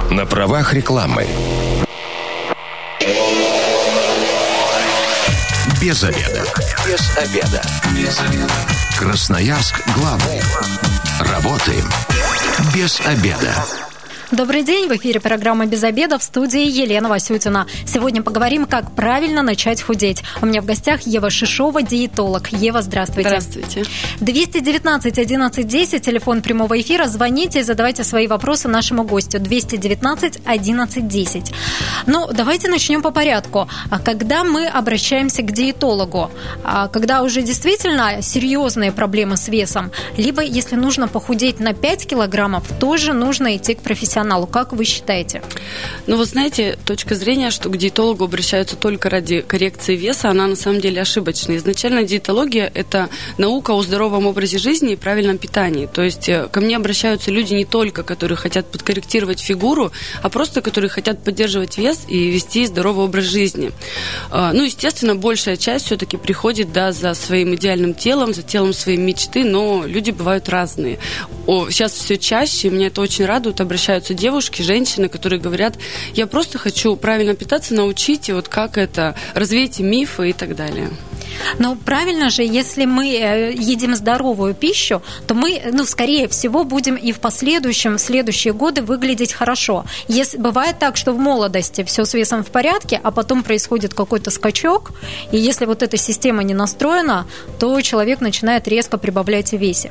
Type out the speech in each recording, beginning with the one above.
На правах рекламы. Без обеда. Без обеда. Без обеда. Красноярск главный. Работаем без обеда. Добрый день, в эфире программа «Без обеда», в студии Елена Васютина. Сегодня поговорим, как правильно начать худеть. У меня в гостях Ева Шишова, диетолог. Ева, здравствуйте. Здравствуйте. 219 11 10, телефон прямого эфира. Звоните и задавайте свои вопросы нашему гостю. 219 11 10. Ну, давайте начнем по порядку. Когда мы обращаемся к диетологу? Когда уже действительно серьезные проблемы с весом? Либо, если нужно похудеть на 5 килограммов, тоже нужно идти к профессионалу. Как вы считаете? Ну, вы знаете, точка зрения, что к диетологу обращаются только ради коррекции веса, она на самом деле ошибочна. Изначально диетология – это наука о здоровом образе жизни и правильном питании. То есть ко мне обращаются люди не только, которые хотят подкорректировать фигуру, а просто которые хотят поддерживать вес и вести здоровый образ жизни. Ну, естественно, большая часть все-таки приходит, да, за своим идеальным телом, за телом своей мечты, но люди бывают разные. Сейчас все чаще, меня это очень радует, обращаются девушки, женщины, которые говорят: я просто хочу правильно питаться, научите, вот как это, развейте мифы и так далее. Но правильно же, если мы едим здоровую пищу, то мы, скорее всего, будем и в следующие годы выглядеть хорошо. Бывает так, что в молодости все с весом в порядке, а потом происходит какой-то скачок, и если вот эта система не настроена, то человек начинает резко прибавлять в весе.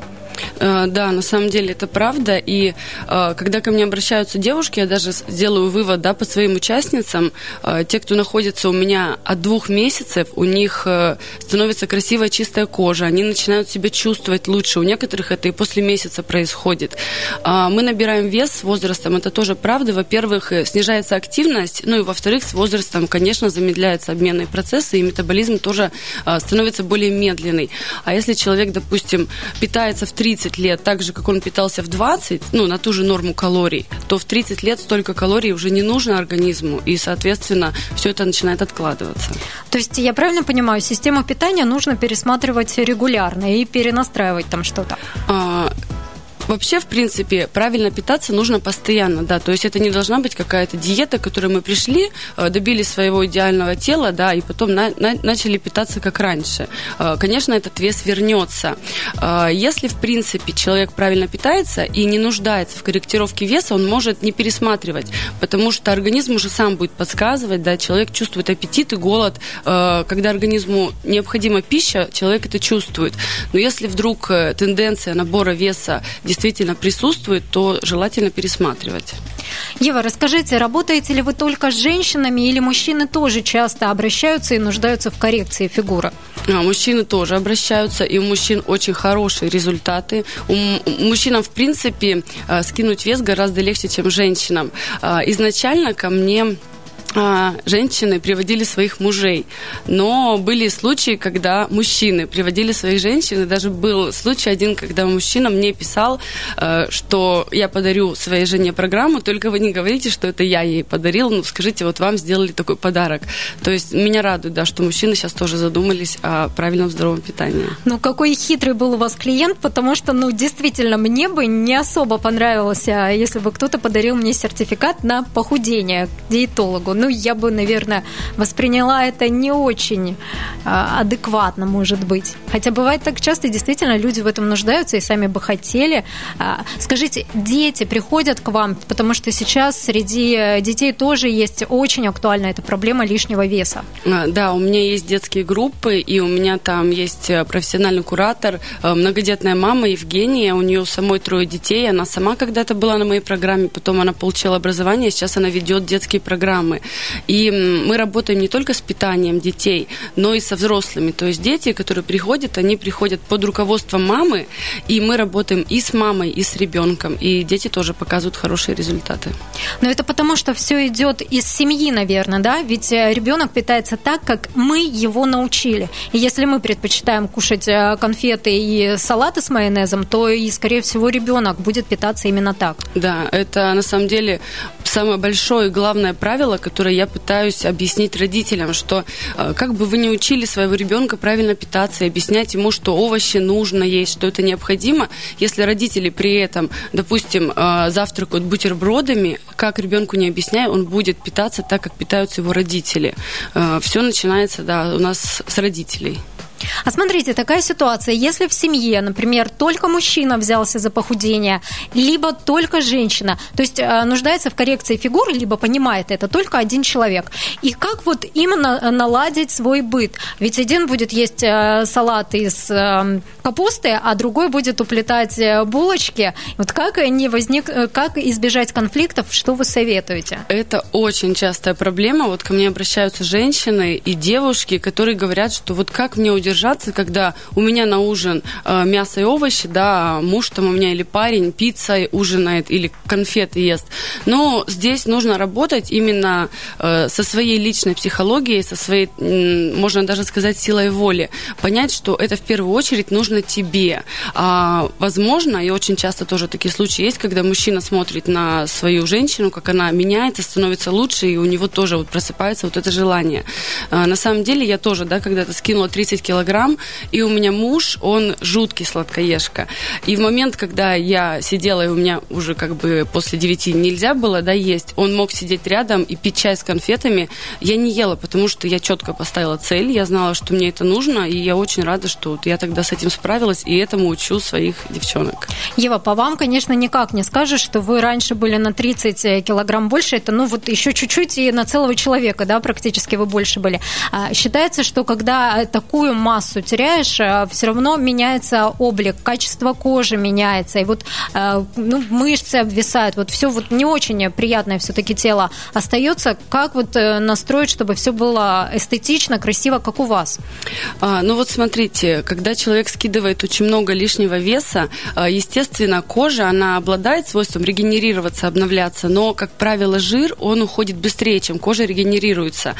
Да, на самом деле это правда, и когда ко мне обращаются девушки, я даже делаю вывод, да, по своим участницам, те, кто находится у меня от 2 месяцев, у них становится красивая чистая кожа, они начинают себя чувствовать лучше, у некоторых это и после месяца происходит. Мы набираем вес с возрастом, это тоже правда, во-первых, снижается активность, ну и во-вторых, с возрастом, конечно, замедляются обменные процессы, и метаболизм тоже становится более медленный. А если человек, допустим, питается в 30 лет так же, как он питался в 20, на ту же норму калорий, то в 30 лет столько калорий уже не нужно организму, и, соответственно, все это начинает откладываться. То есть, я правильно понимаю, систему питания нужно пересматривать регулярно и перенастраивать там что-то? Вообще, в принципе, правильно питаться нужно постоянно, да, то есть это не должна быть какая-то диета, к которой мы пришли, добились своего идеального тела, да, и потом начали питаться как раньше. Конечно, этот вес вернется. Если, в принципе, человек правильно питается и не нуждается в корректировке веса, он может не пересматривать, потому что организм уже сам будет подсказывать, да, человек чувствует аппетит и голод. Когда организму необходима пища, человек это чувствует. Но если вдруг тенденция набора веса действительно присутствует, то желательно пересматривать. Ева, расскажите, работаете ли вы только с женщинами или мужчины тоже часто обращаются и нуждаются в коррекции фигуры? Мужчины тоже обращаются, и у мужчин очень хорошие результаты. Мужчинам, в принципе, скинуть вес гораздо легче, чем женщинам. Изначально ко мне женщины приводили своих мужей, но были случаи, когда мужчины приводили своих женщин, и даже был случай один, когда мужчина мне писал, что я подарю своей жене программу, только вы не говорите, что это я ей подарил, скажите, вот вам сделали такой подарок. То есть меня радует, да, что мужчины сейчас тоже задумались о правильном здоровом питании. Какой хитрый был у вас клиент, потому что, действительно, мне бы не особо понравилось, если бы кто-то подарил мне сертификат на похудение к диетологу. Я бы, наверное, восприняла это не очень адекватно, может быть. Хотя бывает так часто, действительно, люди в этом нуждаются и сами бы хотели. Скажите, дети приходят к вам, потому что сейчас среди детей тоже есть очень актуальна эта проблема лишнего веса. Да, у меня есть детские группы, и у меня там есть профессиональный куратор, многодетная мама Евгения, у нее самой 3 детей, она сама когда-то была на моей программе, потом она получила образование, сейчас она ведет детские программы. И мы работаем не только с питанием детей, но и со взрослыми. То есть дети, которые приходят, они приходят под руководством мамы, и мы работаем и с мамой, и с ребенком. И дети тоже показывают хорошие результаты. Но это потому, что все идет из семьи, наверное, да? Ведь ребенок питается так, как мы его научили. И если мы предпочитаем кушать конфеты и салаты с майонезом, то и, скорее всего, ребенок будет питаться именно так. Да, это на самом деле самое большое и главное правило, которое я пытаюсь объяснить родителям, что как бы вы ни учили своего ребенка правильно питаться и объяснять ему, что овощи нужно есть, что это необходимо, если родители при этом, допустим, завтракают бутербродами, как ребенку не объясняя, он будет питаться так, как питаются его родители. Все начинается, да, у нас с родителей. А смотрите, такая ситуация, если в семье, например, только мужчина взялся за похудение, либо только женщина, то есть нуждается в коррекции фигуры, либо понимает это только один человек. И как вот именно наладить свой быт? Ведь один будет есть салат из капусты, а другой будет уплетать булочки. Вот как избежать конфликтов, что вы советуете? Это очень частая проблема. Вот ко мне обращаются женщины и девушки, которые говорят, что вот как мне удержаться, когда у меня на ужин мясо и овощи, да, муж там у меня или парень пиццей ужинает или конфеты ест. Но здесь нужно работать именно со своей личной психологией, со своей, можно даже сказать, силой воли. Понять, что это в первую очередь нужно тебе. Возможно, и очень часто тоже такие случаи есть, когда мужчина смотрит на свою женщину, как она меняется, становится лучше, и у него тоже вот просыпается вот это желание. На самом деле я тоже, да, когда-то скинула 30 килограмм, и у меня муж, он жуткий сладкоежка. И в момент, когда я сидела, и у меня уже как бы после 9 нельзя было, да, есть, он мог сидеть рядом и пить чай с конфетами. Я не ела, потому что я четко поставила цель, я знала, что мне это нужно, и я очень рада, что вот я тогда с этим справилась, и этому учу своих девчонок. Ева, по вам, конечно, никак не скажешь, что вы раньше были на 30 килограмм больше, это, ну, вот еще чуть-чуть и на целого человека, да, практически вы больше были. Считается, что когда такую массу теряешь, все равно меняется облик, качество кожи меняется, и вот мышцы обвисают, вот все вот не очень приятное все-таки тело остается. Как вот настроить, чтобы все было эстетично, красиво, как у вас? Ну вот смотрите, когда человек скидывает очень много лишнего веса, естественно, кожа, она обладает свойством регенерироваться, обновляться, но, как правило, жир, он уходит быстрее, чем кожа регенерируется.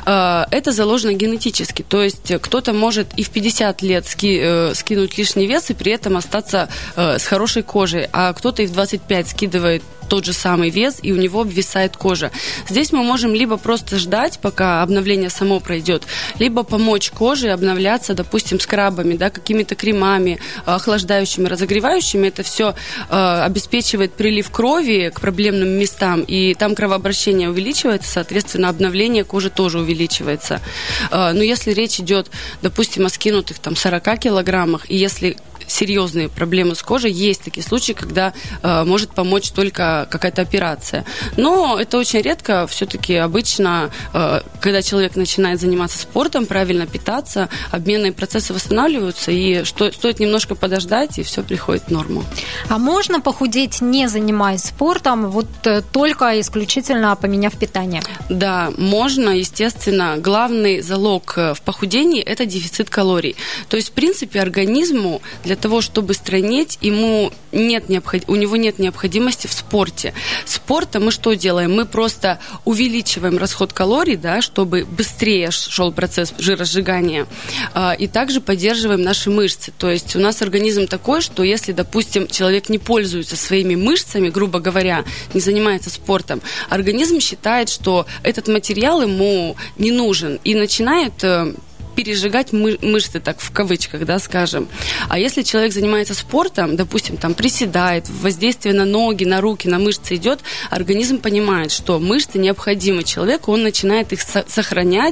Это заложено генетически, то есть кто-то может и в 50 лет скинуть лишний вес и при этом остаться с хорошей кожей, а кто-то и в 25 скидывает тот же самый вес, и у него обвисает кожа. Здесь мы можем либо просто ждать, пока обновление само пройдет, либо помочь коже обновляться, допустим, скрабами, да, какими-то кремами, охлаждающими, разогревающими. Это все обеспечивает прилив крови к проблемным местам, и там кровообращение увеличивается, соответственно, обновление кожи тоже увеличивается. Но если речь идет, допустим, о скинутых там 40 килограммах, и если серьезные проблемы с кожей, есть такие случаи, когда может помочь только какая-то операция. Но это очень редко. Все-таки обычно, когда человек начинает заниматься спортом, правильно питаться, обменные процессы восстанавливаются, и стоит немножко подождать, и все приходит в норму. А можно похудеть, не занимаясь спортом, вот только исключительно поменяв питание? Да, можно, естественно. Главный залог в похудении – это дефицит калорий. То есть, в принципе, организму для того, чтобы стройнеть, у него нет необходимости в спорте. Спортом мы что делаем? Мы просто увеличиваем расход калорий, да, чтобы быстрее шел процесс жиросжигания, и также поддерживаем наши мышцы. То есть у нас организм такой, что если, допустим, человек не пользуется своими мышцами, грубо говоря, не занимается спортом, организм считает, что этот материал ему не нужен и начинает пережигать мышцы, так в кавычках, да, скажем. А если человек занимается спортом, допустим, там приседает, воздействие на ноги, на руки, на мышцы идет, организм понимает, что мышцы необходимы человеку, он начинает их сохранять,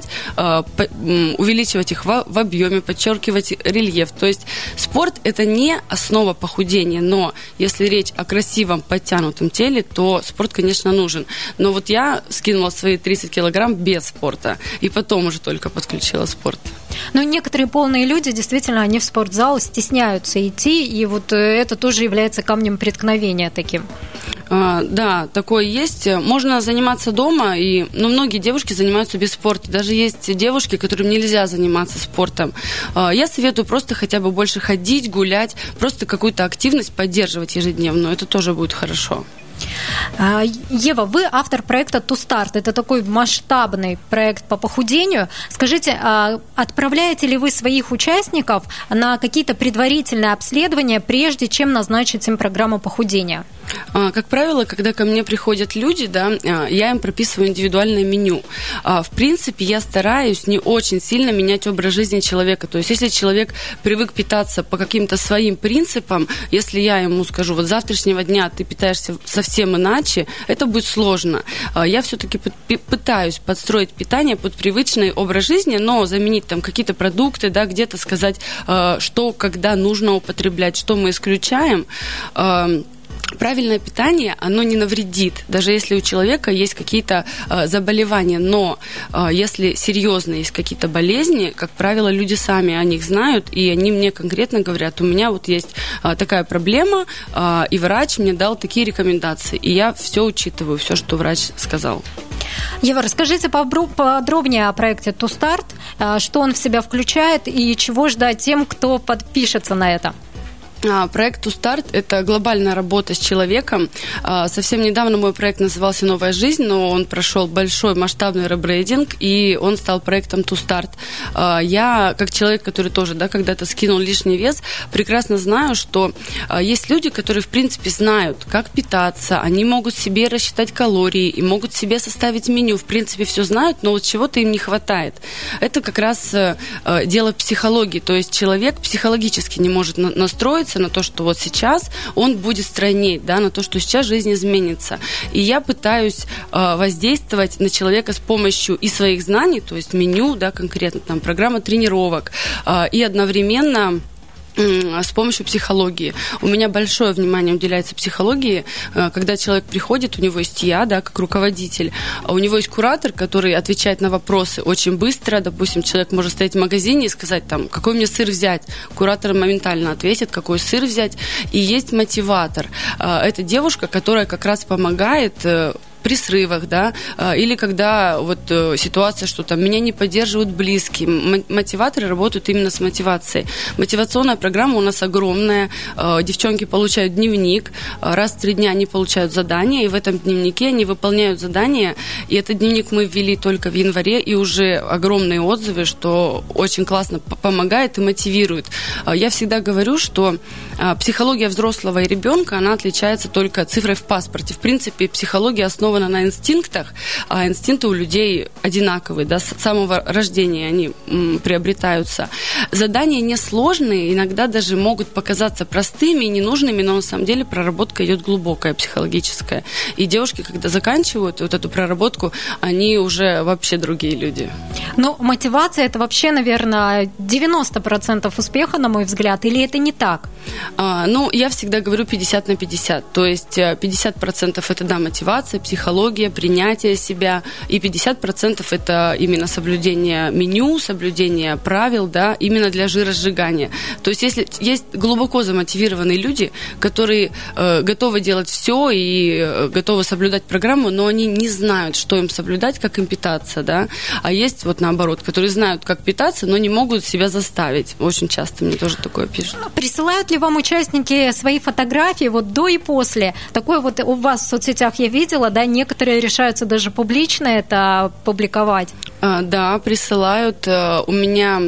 увеличивать их в объеме, подчеркивать рельеф. То есть спорт – это не основа похудения, но если речь о красивом, подтянутом теле, то спорт, конечно, нужен. Но вот я скинула свои 30 килограмм без спорта, и потом уже только подключила спорт. Но некоторые полные люди, действительно, они в спортзал стесняются идти, и вот это тоже является камнем преткновения таким. Да, такое есть. Можно заниматься дома, но многие девушки занимаются без спорта. Даже есть девушки, которым нельзя заниматься спортом. Я советую просто хотя бы больше ходить, гулять, просто какую-то активность поддерживать ежедневно. Это тоже будет хорошо. Ева, вы автор проекта To Start. Это такой масштабный проект по похудению. Скажите, отправляете ли вы своих участников на какие-то предварительные обследования, прежде чем назначить им программу похудения? Как правило, когда ко мне приходят люди, да, я им прописываю индивидуальное меню. В принципе, я стараюсь не очень сильно менять образ жизни человека. То есть, если человек привык питаться по каким-то своим принципам, если я ему скажу, вот с завтрашнего дня ты питаешься совсем иначе, это будет сложно. Я все-таки пытаюсь подстроить питание под привычный образ жизни, но заменить там какие-то продукты, да, где-то сказать, что, когда нужно употреблять, что мы исключаем. Правильное питание, оно не навредит, даже если у человека есть какие-то заболевания, но если серьезно есть какие-то болезни, как правило, люди сами о них знают, и они мне конкретно говорят, у меня вот есть такая проблема, и врач мне дал такие рекомендации, и я все учитываю, все, что врач сказал. Ева, расскажите подробнее о проекте To Start, что он в себя включает и чего ждать тем, кто подпишется на это. Проект To Start – это глобальная работа с человеком. Совсем недавно мой проект назывался «Новая жизнь», но он прошел большой масштабный ребрендинг, и он стал проектом To Start. Я, как человек, который тоже, да, когда-то скинул лишний вес, прекрасно знаю, что есть люди, которые, в принципе, знают, как питаться, они могут себе рассчитать калории и могут себе составить меню, в принципе, все знают, но вот чего-то им не хватает. Это как раз дело психологии, то есть человек психологически не может настроиться на то, что вот сейчас он будет стройнеть, да, на то, что сейчас жизнь изменится. И я пытаюсь воздействовать на человека с помощью и своих знаний, то есть меню, да, конкретно там программа тренировок, и одновременно с помощью психологии. У меня большое внимание уделяется психологии. Когда человек приходит, у него есть я, да, как руководитель, а у него есть куратор, который отвечает на вопросы очень быстро. Допустим, человек может стоять в магазине и сказать, там, какой мне сыр взять. Куратор моментально ответит, какой сыр взять. И есть мотиватор. Это девушка, которая как раз помогает при срывах, да, или когда вот ситуация, что там меня не поддерживают близкие. Мотиваторы работают именно с мотивацией. Мотивационная программа у нас огромная. Девчонки получают дневник. Раз в 3 дня они получают задания, и в этом дневнике они выполняют задания. И этот дневник мы ввели только в январе, и уже огромные отзывы, что очень классно помогает и мотивирует. Я всегда говорю, что психология взрослого и ребенка, она отличается только цифрой в паспорте. В принципе, психология основана на инстинктах, а инстинкты у людей одинаковые, да, с самого рождения они приобретаются. Задания несложные, иногда даже могут показаться простыми и ненужными, но на самом деле проработка идет глубокая, психологическая. И девушки, когда заканчивают вот эту проработку, они уже вообще другие люди. Ну, мотивация – это вообще, наверное, 90% успеха, на мой взгляд, или это не так? Ну, я всегда говорю 50 на 50. То есть 50% это, да, мотивация, психология, принятие себя, и 50% это именно соблюдение меню, соблюдение правил, да, именно для жиросжигания. То есть если есть глубоко замотивированные люди, которые готовы делать все и готовы соблюдать программу, но они не знают, что им соблюдать, как им питаться, да, а есть вот наоборот, которые знают, как питаться, но не могут себя заставить. Очень часто мне тоже такое пишут. Присылают ли вам участники свои фотографии вот до и после? Такое вот у вас в соцсетях я видела, да, некоторые решаются даже публично это публиковать. Да, присылают. У меня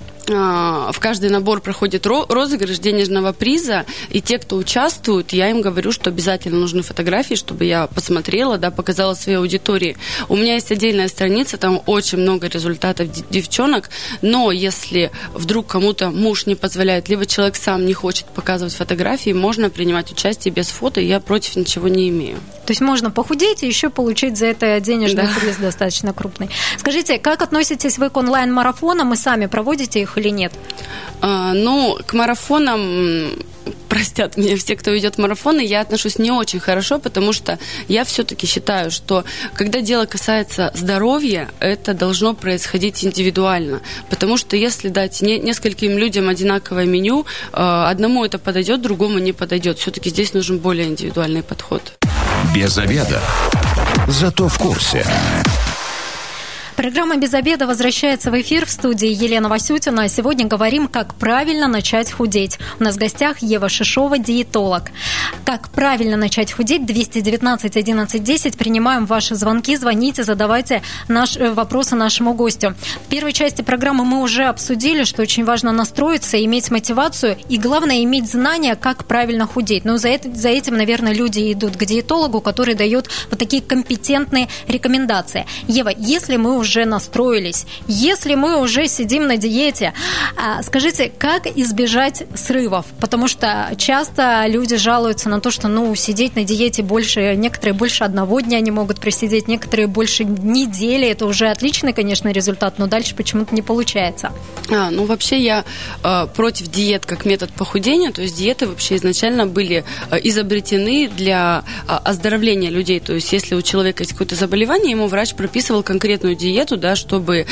в каждый набор проходит розыгрыш денежного приза, и те, кто участвуют, я им говорю, что обязательно нужны фотографии, чтобы я посмотрела, да, показала своей аудитории. У меня есть отдельная страница, там очень много результатов девчонок, но если вдруг кому-то муж не позволяет, либо человек сам не хочет показывать фотографии, можно принимать участие без фото, и я против ничего не имею. То есть можно похудеть и еще получить за это денежный приз достаточно крупный. Скажите, как относитесь вы к онлайн-марафонам и сами проводите их или нет? Ну, к марафонам, простят меня все, кто ведет марафоны, я отношусь не очень хорошо, потому что я все-таки считаю, что когда дело касается здоровья, это должно происходить индивидуально. Потому что если дать нескольким людям одинаковое меню, одному это подойдет, другому не подойдет. Все-таки здесь нужен более индивидуальный подход. Без обеда. Зато в курсе. Программа «Без обеда» возвращается в эфир, в студии Елена Васютина. Сегодня говорим, как правильно начать худеть. У нас в гостях Ева Шишова, диетолог. Как правильно начать худеть? 219 11 10. Принимаем ваши звонки. Звоните, задавайте вопросы нашему гостю. В первой части программы мы уже обсудили, что очень важно настроиться, иметь мотивацию и, главное, иметь знания, как правильно худеть. Но за этим, наверное, люди идут к диетологу, который дает вот такие компетентные рекомендации. Ева, если мы уже настроились, если мы уже сидим на диете, скажите, как избежать срывов? Потому что часто люди жалуются на то, что сидеть на диете больше, некоторые больше одного дня не могут просидеть, некоторые больше недели. Это уже отличный, конечно, результат, но дальше почему-то не получается. Вообще я против диет как метод похудения, то есть диеты вообще изначально были изобретены для оздоровления людей, то есть если у человека есть какое-то заболевание, ему врач прописывал конкретную диету, да, чтобы,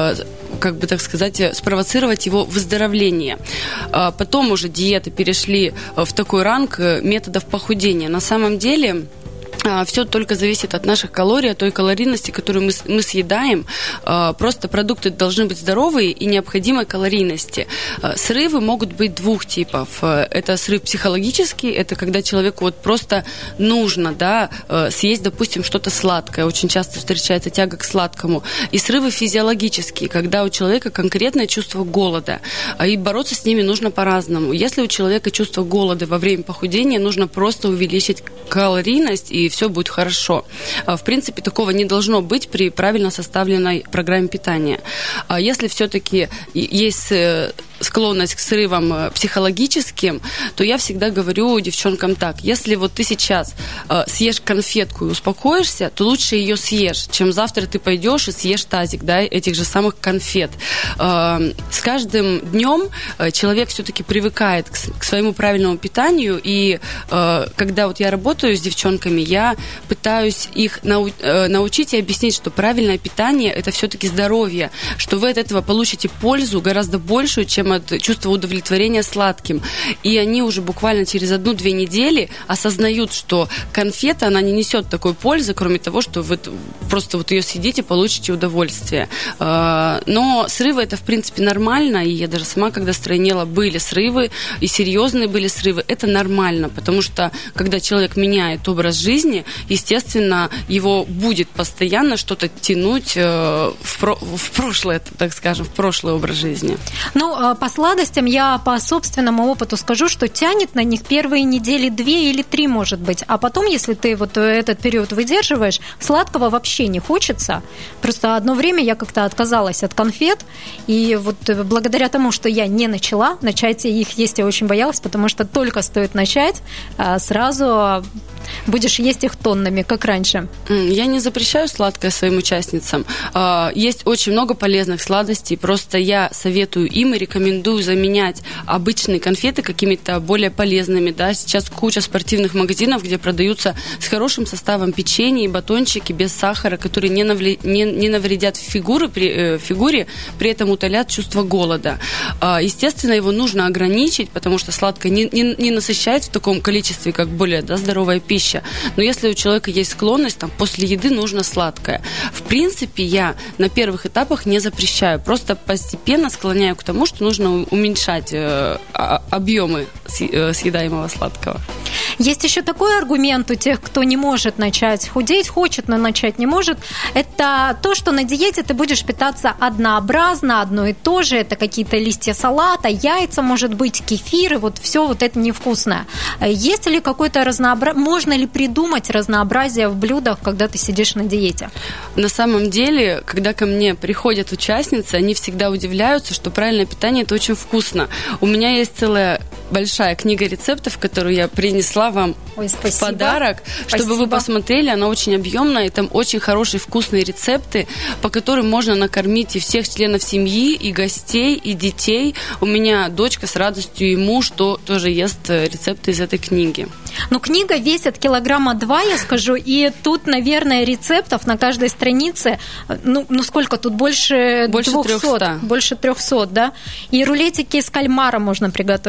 спровоцировать его выздоровление. Потом уже диеты перешли в такой ранг методов похудения. На самом деле все только зависит от наших калорий, от той калорийности, которую мы съедаем. Просто продукты должны быть здоровые и необходимой калорийности. Срывы могут быть двух типов. Это срыв психологический, это когда человеку просто нужно, съесть, допустим, что-то сладкое. Очень часто встречается тяга к сладкому. И срывы физиологические, когда у человека конкретное чувство голода. И бороться с ними нужно по-разному. Если у человека чувство голода во время похудения, нужно просто увеличить калорийность, и все будет хорошо. В принципе, такого не должно быть при правильно составленной программе питания. Если все-таки есть склонность к срывам психологическим, то я всегда говорю девчонкам так: если вот ты сейчас съешь конфетку и успокоишься, то лучше ее съешь, чем завтра ты пойдешь и съешь тазик, этих же самых конфет. С каждым днем человек все-таки привыкает к своему правильному питанию, и когда я работаю с девчонками, я пытаюсь их научить и объяснить, что правильное питание – это все-таки здоровье, что вы от этого получите пользу гораздо большую, чем от чувства удовлетворения сладким. И они уже буквально через 1-2 недели осознают, что конфета, она не несет такой пользы, кроме того, что вы просто ее съедите, получите удовольствие. Но срывы – это, в принципе, нормально, и я даже сама, когда стройнела, были срывы, и серьезные были срывы. Это нормально, потому что, когда человек меняет образ жизни, естественно, его будет постоянно что-то тянуть в прошлое, так скажем, в прошлый образ жизни. По сладостям я по собственному опыту скажу, что тянет на них первые недели 2 или 3, может быть. А потом, если ты этот период выдерживаешь, сладкого вообще не хочется. Просто одно время я как-то отказалась от конфет, и благодаря тому, что я не начала, начать их есть я очень боялась, потому что только стоит начать, сразу будешь есть их тоннами, как раньше. Я не запрещаю сладкое своим участницам. Есть очень много полезных сладостей, просто я советую им и рекомендую заменять обычные конфеты какими-то более полезными. Сейчас куча спортивных магазинов, где продаются с хорошим составом печенье и батончики без сахара, которые не навредят фигуре, при этом утолят чувство голода. Естественно, его нужно ограничить, потому что сладкое не насыщает в таком количестве, как более здоровая пища. Но если у человека есть склонность, после еды нужно сладкое. В принципе, я на первых этапах не запрещаю, просто постепенно склоняю к тому, что нужно уменьшать объемы съедаемого сладкого. Есть еще такой аргумент у тех, кто не может начать худеть, хочет, но начать не может. Это то, что на диете ты будешь питаться однообразно, одно и то же. Это какие-то листья салата, яйца, может быть, кефир, и все это невкусное. Есть ли какое-то разнообразие? Можно ли придумать разнообразие в блюдах, когда ты сидишь на диете? На самом деле, когда ко мне приходят участницы, они всегда удивляются, что правильное питание – это очень вкусно. У меня есть целая большая книга рецептов, которую я принесла вам в подарок, чтобы вы посмотрели. Она очень объемная, и там очень хорошие вкусные рецепты, по которым можно накормить и всех членов семьи, и гостей, и детей. У меня дочка с радостью, и муж тоже ест рецепты из этой книги. Книга весит 2 килограмма, я скажу, и тут, наверное, рецептов на каждой странице, сколько тут? Больше 200. 300. Больше 300, да? И рулетики с кальмаром можно приготовить, и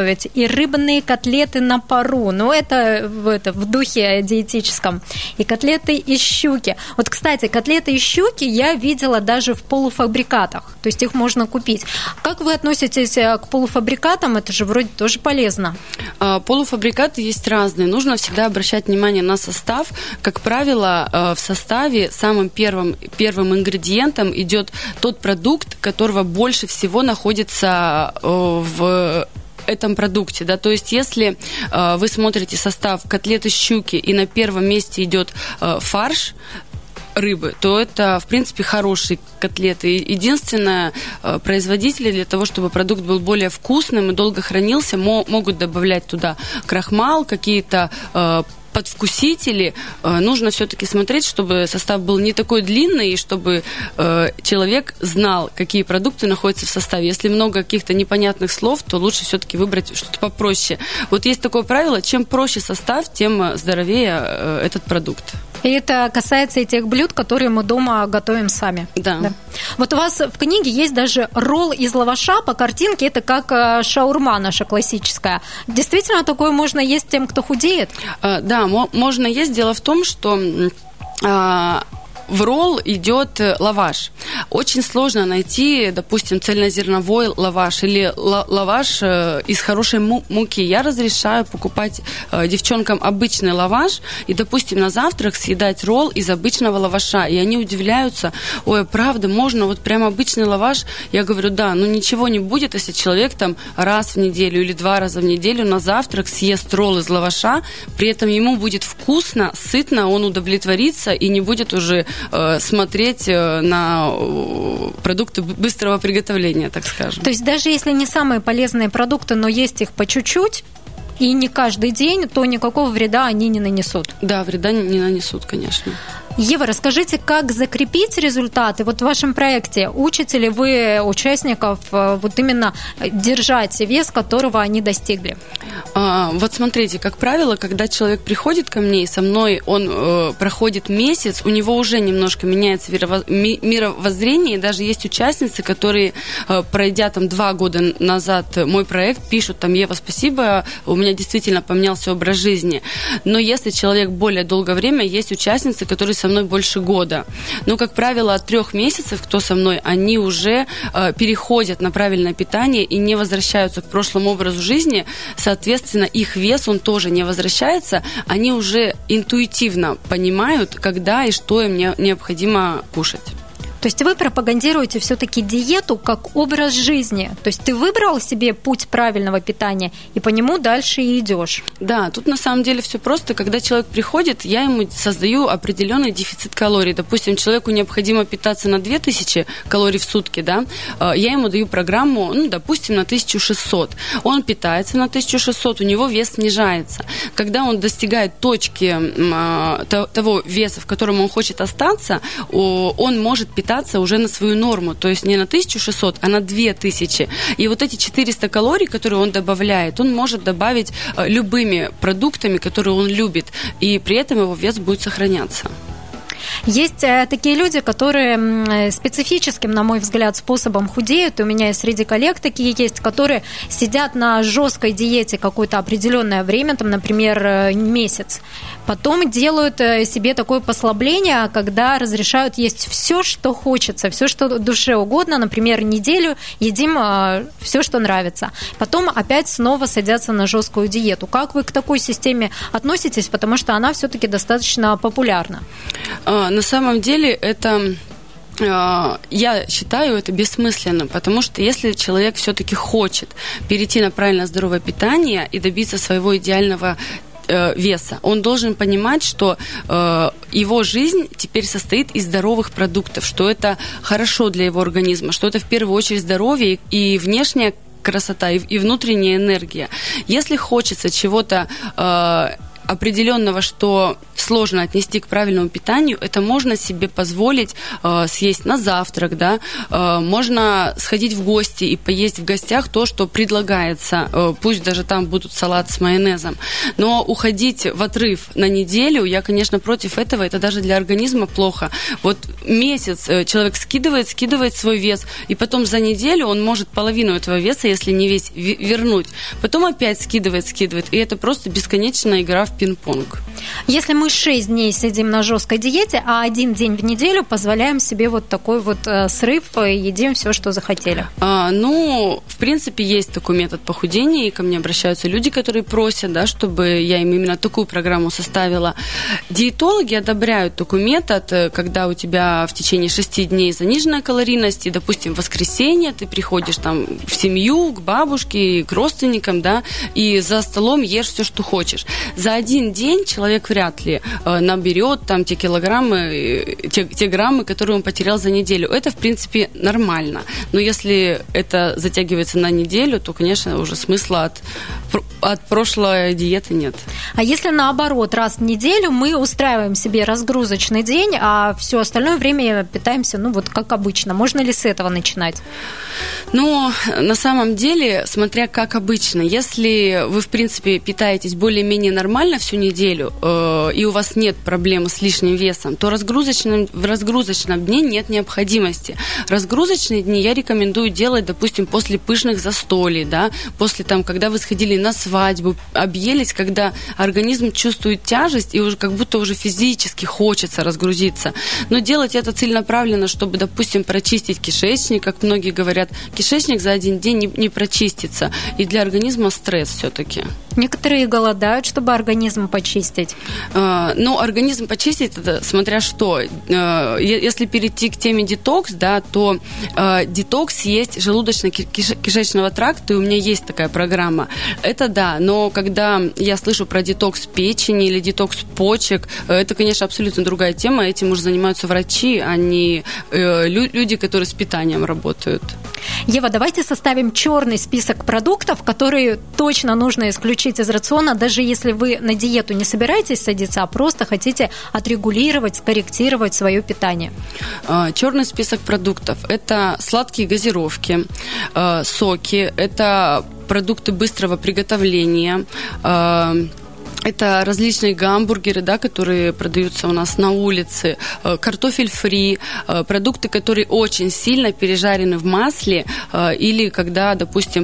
рыбные котлеты на пару. Ну, это в духе диетическом. И котлеты из щуки. Вот, кстати, котлеты из щуки я видела даже в полуфабрикатах. То есть их можно купить. Как вы относитесь к полуфабрикатам? Это же вроде тоже полезно. Полуфабрикаты есть разные. Нужно всегда обращать внимание на состав. Как правило, в составе самым первым ингредиентом идет тот продукт, которого больше всего находится в этом продукте, да, то есть если вы смотрите состав котлеты щуки и на первом месте идет фарш рыбы, то это, в принципе, хорошие котлеты. Единственное, производители для того, чтобы продукт был более вкусным и долго хранился, могут добавлять туда крахмал, какие-то подвкусители. Нужно все-таки смотреть, чтобы состав был не такой длинный, и чтобы человек знал, какие продукты находятся в составе. Если много каких-то непонятных слов, то лучше все-таки выбрать что-то попроще. Вот есть такое правило, чем проще состав, тем здоровее этот продукт. И это касается и тех блюд, которые мы дома готовим сами. Да. Вот у вас в книге есть даже ролл из лаваша. По картинке это как шаурма наша классическая. Действительно, такое можно есть тем, кто худеет? Да, можно есть. Дело в том, что в ролл идет лаваш. Очень сложно найти, допустим, цельнозерновой лаваш или лаваш из хорошей муки. Я разрешаю покупать девчонкам обычный лаваш и, допустим, на завтрак съедать ролл из обычного лаваша. И они удивляются: ой, правда, можно вот прям обычный лаваш? Я говорю, да, но ничего не будет, если человек там раз в неделю или 2 раза в неделю на завтрак съест ролл из лаваша, при этом ему будет вкусно, сытно, он удовлетворится и не будет уже смотреть на продукты быстрого приготовления, так скажем. То есть даже если не самые полезные продукты, но есть их по чуть-чуть, и не каждый день, то никакого вреда они не нанесут? Да, вреда не нанесут, конечно. Ева, расскажите, как закрепить результаты? Вот в вашем проекте учите ли вы участников вот именно держать вес, которого они достигли? Вот смотрите, как правило, когда человек приходит ко мне и со мной, он проходит месяц, у него уже немножко меняется мировоззрение, и даже есть участницы, которые, пройдя там 2 года назад мой проект, пишут там: Ева, спасибо, у меня действительно поменялся образ жизни. Но если человек более долгое время, есть участницы, которые со мной больше года. Но, как правило, от 3 месяцев, кто со мной, они уже переходят на правильное питание и не возвращаются к прошлому образу жизни. Соответственно, их вес, он тоже не возвращается. Они уже интуитивно понимают, когда и что им необходимо кушать. То есть вы пропагандируете все-таки диету как образ жизни. То есть ты выбрал себе путь правильного питания и по нему дальше и идешь. Да, тут на самом деле все просто. Когда человек приходит, я ему создаю определенный дефицит калорий. Допустим, человеку необходимо питаться на 2000 калорий в сутки, да, я ему даю программу, допустим, на 1600. Он питается на 1600, у него вес снижается. Когда он достигает точки того веса, в котором он хочет остаться, он может питаться уже на свою норму, то есть не на 1600, а на 2000. И вот эти 400 калорий, которые он добавляет, он может добавить любыми продуктами, которые он любит, и при этом его вес будет сохраняться. Есть такие люди, которые специфическим, на мой взгляд, способом худеют. У меня и среди коллег такие есть, которые сидят на жесткой диете какое-то определенное время, там, например, месяц. Потом делают себе такое послабление, когда разрешают есть все, что хочется, все, что душе угодно. Например, неделю едим все, что нравится. Потом опять снова садятся на жесткую диету. Как вы к такой системе относитесь? Потому что она все-таки достаточно популярна. На самом деле это... Я считаю это бессмысленно, потому что если человек все-таки хочет перейти на правильное здоровое питание и добиться своего идеального веса, он должен понимать, что его жизнь теперь состоит из здоровых продуктов, что это хорошо для его организма, что это в первую очередь здоровье и внешняя красота, и внутренняя энергия. Если хочется чего-то определенного, что сложно отнести к правильному питанию, это можно себе позволить съесть на завтрак, да, можно сходить в гости и поесть в гостях то, что предлагается, пусть даже там будут салат с майонезом, но уходить в отрыв на неделю, я, конечно, против этого, это даже для организма плохо. Вот месяц человек скидывает свой вес, и потом за неделю он может половину этого веса, если не весь, вернуть. Потом опять скидывает, и это просто бесконечная игра в пинг-понг. Если мы 6 дней сидим на жесткой диете, а 1 день в неделю позволяем себе вот такой вот срыв и едим все, что захотели? В принципе, есть такой метод похудения, и ко мне обращаются люди, которые просят, да, чтобы я им именно такую программу составила. Диетологи одобряют такой метод, когда у тебя в течение 6 дней заниженная калорийность, и, допустим, в воскресенье ты приходишь там в семью, к бабушке, к родственникам, да, и за столом ешь все, что хочешь. За 1 день человек вряд ли наберет там те килограммы, те граммы, которые он потерял за неделю. Это, в принципе, нормально. Но если это затягивается на неделю, то, конечно, уже смысла от прошлой диеты нет. А если наоборот, раз в неделю мы устраиваем себе разгрузочный день, а все остальное время питаемся, как обычно, можно ли с этого начинать? На самом деле, смотря как обычно, если вы, в принципе, питаетесь более-менее нормально всю неделю, и у вас нет проблемы с лишним весом, то в разгрузочном дне нет необходимости. Разгрузочные дни я рекомендую делать, допустим, после пышных застолий, да, после когда вы сходили на свадьбу, объелись, когда организм чувствует тяжесть и уже как будто уже физически хочется разгрузиться. Но делать это целенаправленно, чтобы, допустим, прочистить кишечник, как многие говорят, кишечник за 1 день не прочистится, и для организма стресс все-таки. Некоторые голодают, чтобы организм почистить. Организм почистить, это смотря что. Если перейти к теме детокс, да, то детокс есть желудочно-кишечного тракта, и у меня есть такая программа. Это да, но когда я слышу про детокс печени или детокс почек, это, конечно, абсолютно другая тема. Этим уже занимаются врачи, а не люди, которые с питанием работают. Ева, давайте составим черный список продуктов, которые точно нужно исключить из рациона, даже если вы на диету не собираетесь садиться, а просто хотите отрегулировать, скорректировать свое питание. Черный список продуктов – это сладкие газировки, соки, это продукты быстрого приготовления, это различные гамбургеры, да, которые продаются у нас на улице, картофель фри, продукты, которые очень сильно пережарены в масле, или когда, допустим,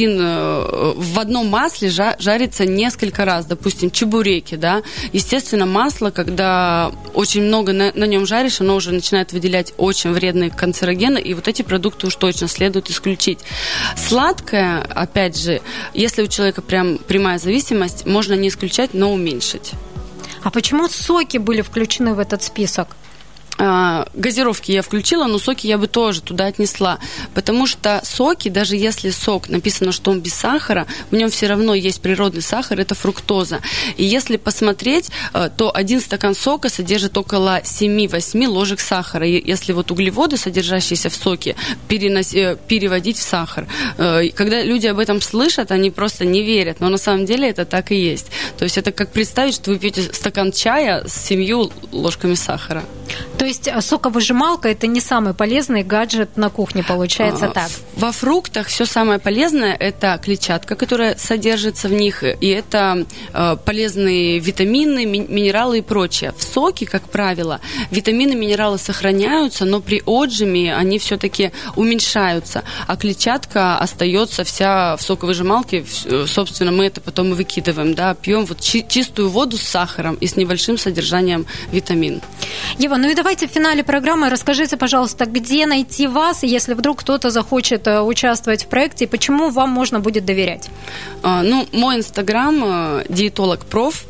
в одном масле жарится несколько раз, допустим, чебуреки, да. Естественно, масло, когда очень много на нем жаришь, оно уже начинает выделять очень вредные канцерогены, и вот эти продукты уж точно следует исключить. Сладкое, опять же, если у человека прям прямая зависимость, можно не исключать, но уменьшить. А почему соки были включены в этот список? Газировки я включила, но соки я бы тоже туда отнесла, потому что соки, даже если сок написано, что он без сахара, в нем все равно есть природный сахар, это фруктоза. И если посмотреть, то 1 стакан сока содержит около 7-8 ложек сахара. И если вот углеводы, содержащиеся в соке, переводить в сахар. Когда люди об этом слышат, они просто не верят, но на самом деле это так и есть. То есть это как представить, что вы пьете стакан чая с 7 ложками сахара. То есть соковыжималка – это не самый полезный гаджет на кухне, получается так? Во фруктах все самое полезное – это клетчатка, которая содержится в них, и это полезные витамины, минералы и прочее. В соке, как правило, витамины, минералы сохраняются, но при отжиме они все-таки уменьшаются, а клетчатка остается вся в соковыжималке. Собственно, мы это потом и выкидываем, да, пьем вот чистую воду с сахаром и с небольшим содержанием витамин. Ева, и давайте в финале программы расскажите, пожалуйста, где найти вас, если вдруг кто-то захочет участвовать в проекте, и почему вам можно будет доверять? Мой инстаграм диетолог-проф.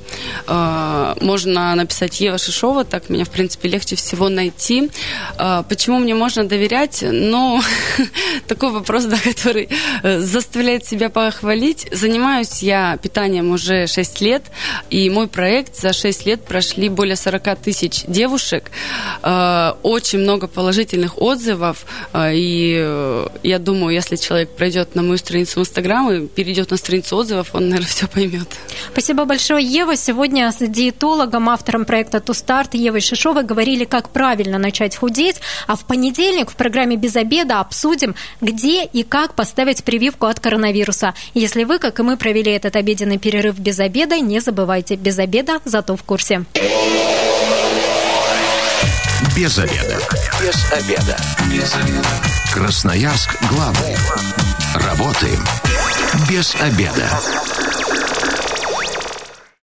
Можно написать Ева Шишова, так меня, в принципе, легче всего найти. Почему мне можно доверять? Такой вопрос, да, который заставляет себя похвалить. Занимаюсь я питанием уже 6 лет, и мой проект за 6 лет прошли более 40 тысяч девушек. очень много положительных отзывов, и я думаю, если человек пройдет на мою страницу в Инстаграм и перейдет на страницу отзывов, он, наверное, все поймет. Спасибо большое, Ева. Сегодня с диетологом, автором проекта «To Start» Евой Шишовой говорили, как правильно начать худеть, а в понедельник в программе «Без обеда» обсудим, где и как поставить прививку от коронавируса. Если вы, как и мы, провели этот обеденный перерыв без обеда, не забывайте, без обеда, зато в курсе. Без обеда. Без обеда. Без обеда. Красноярск главный. Работаем без обеда.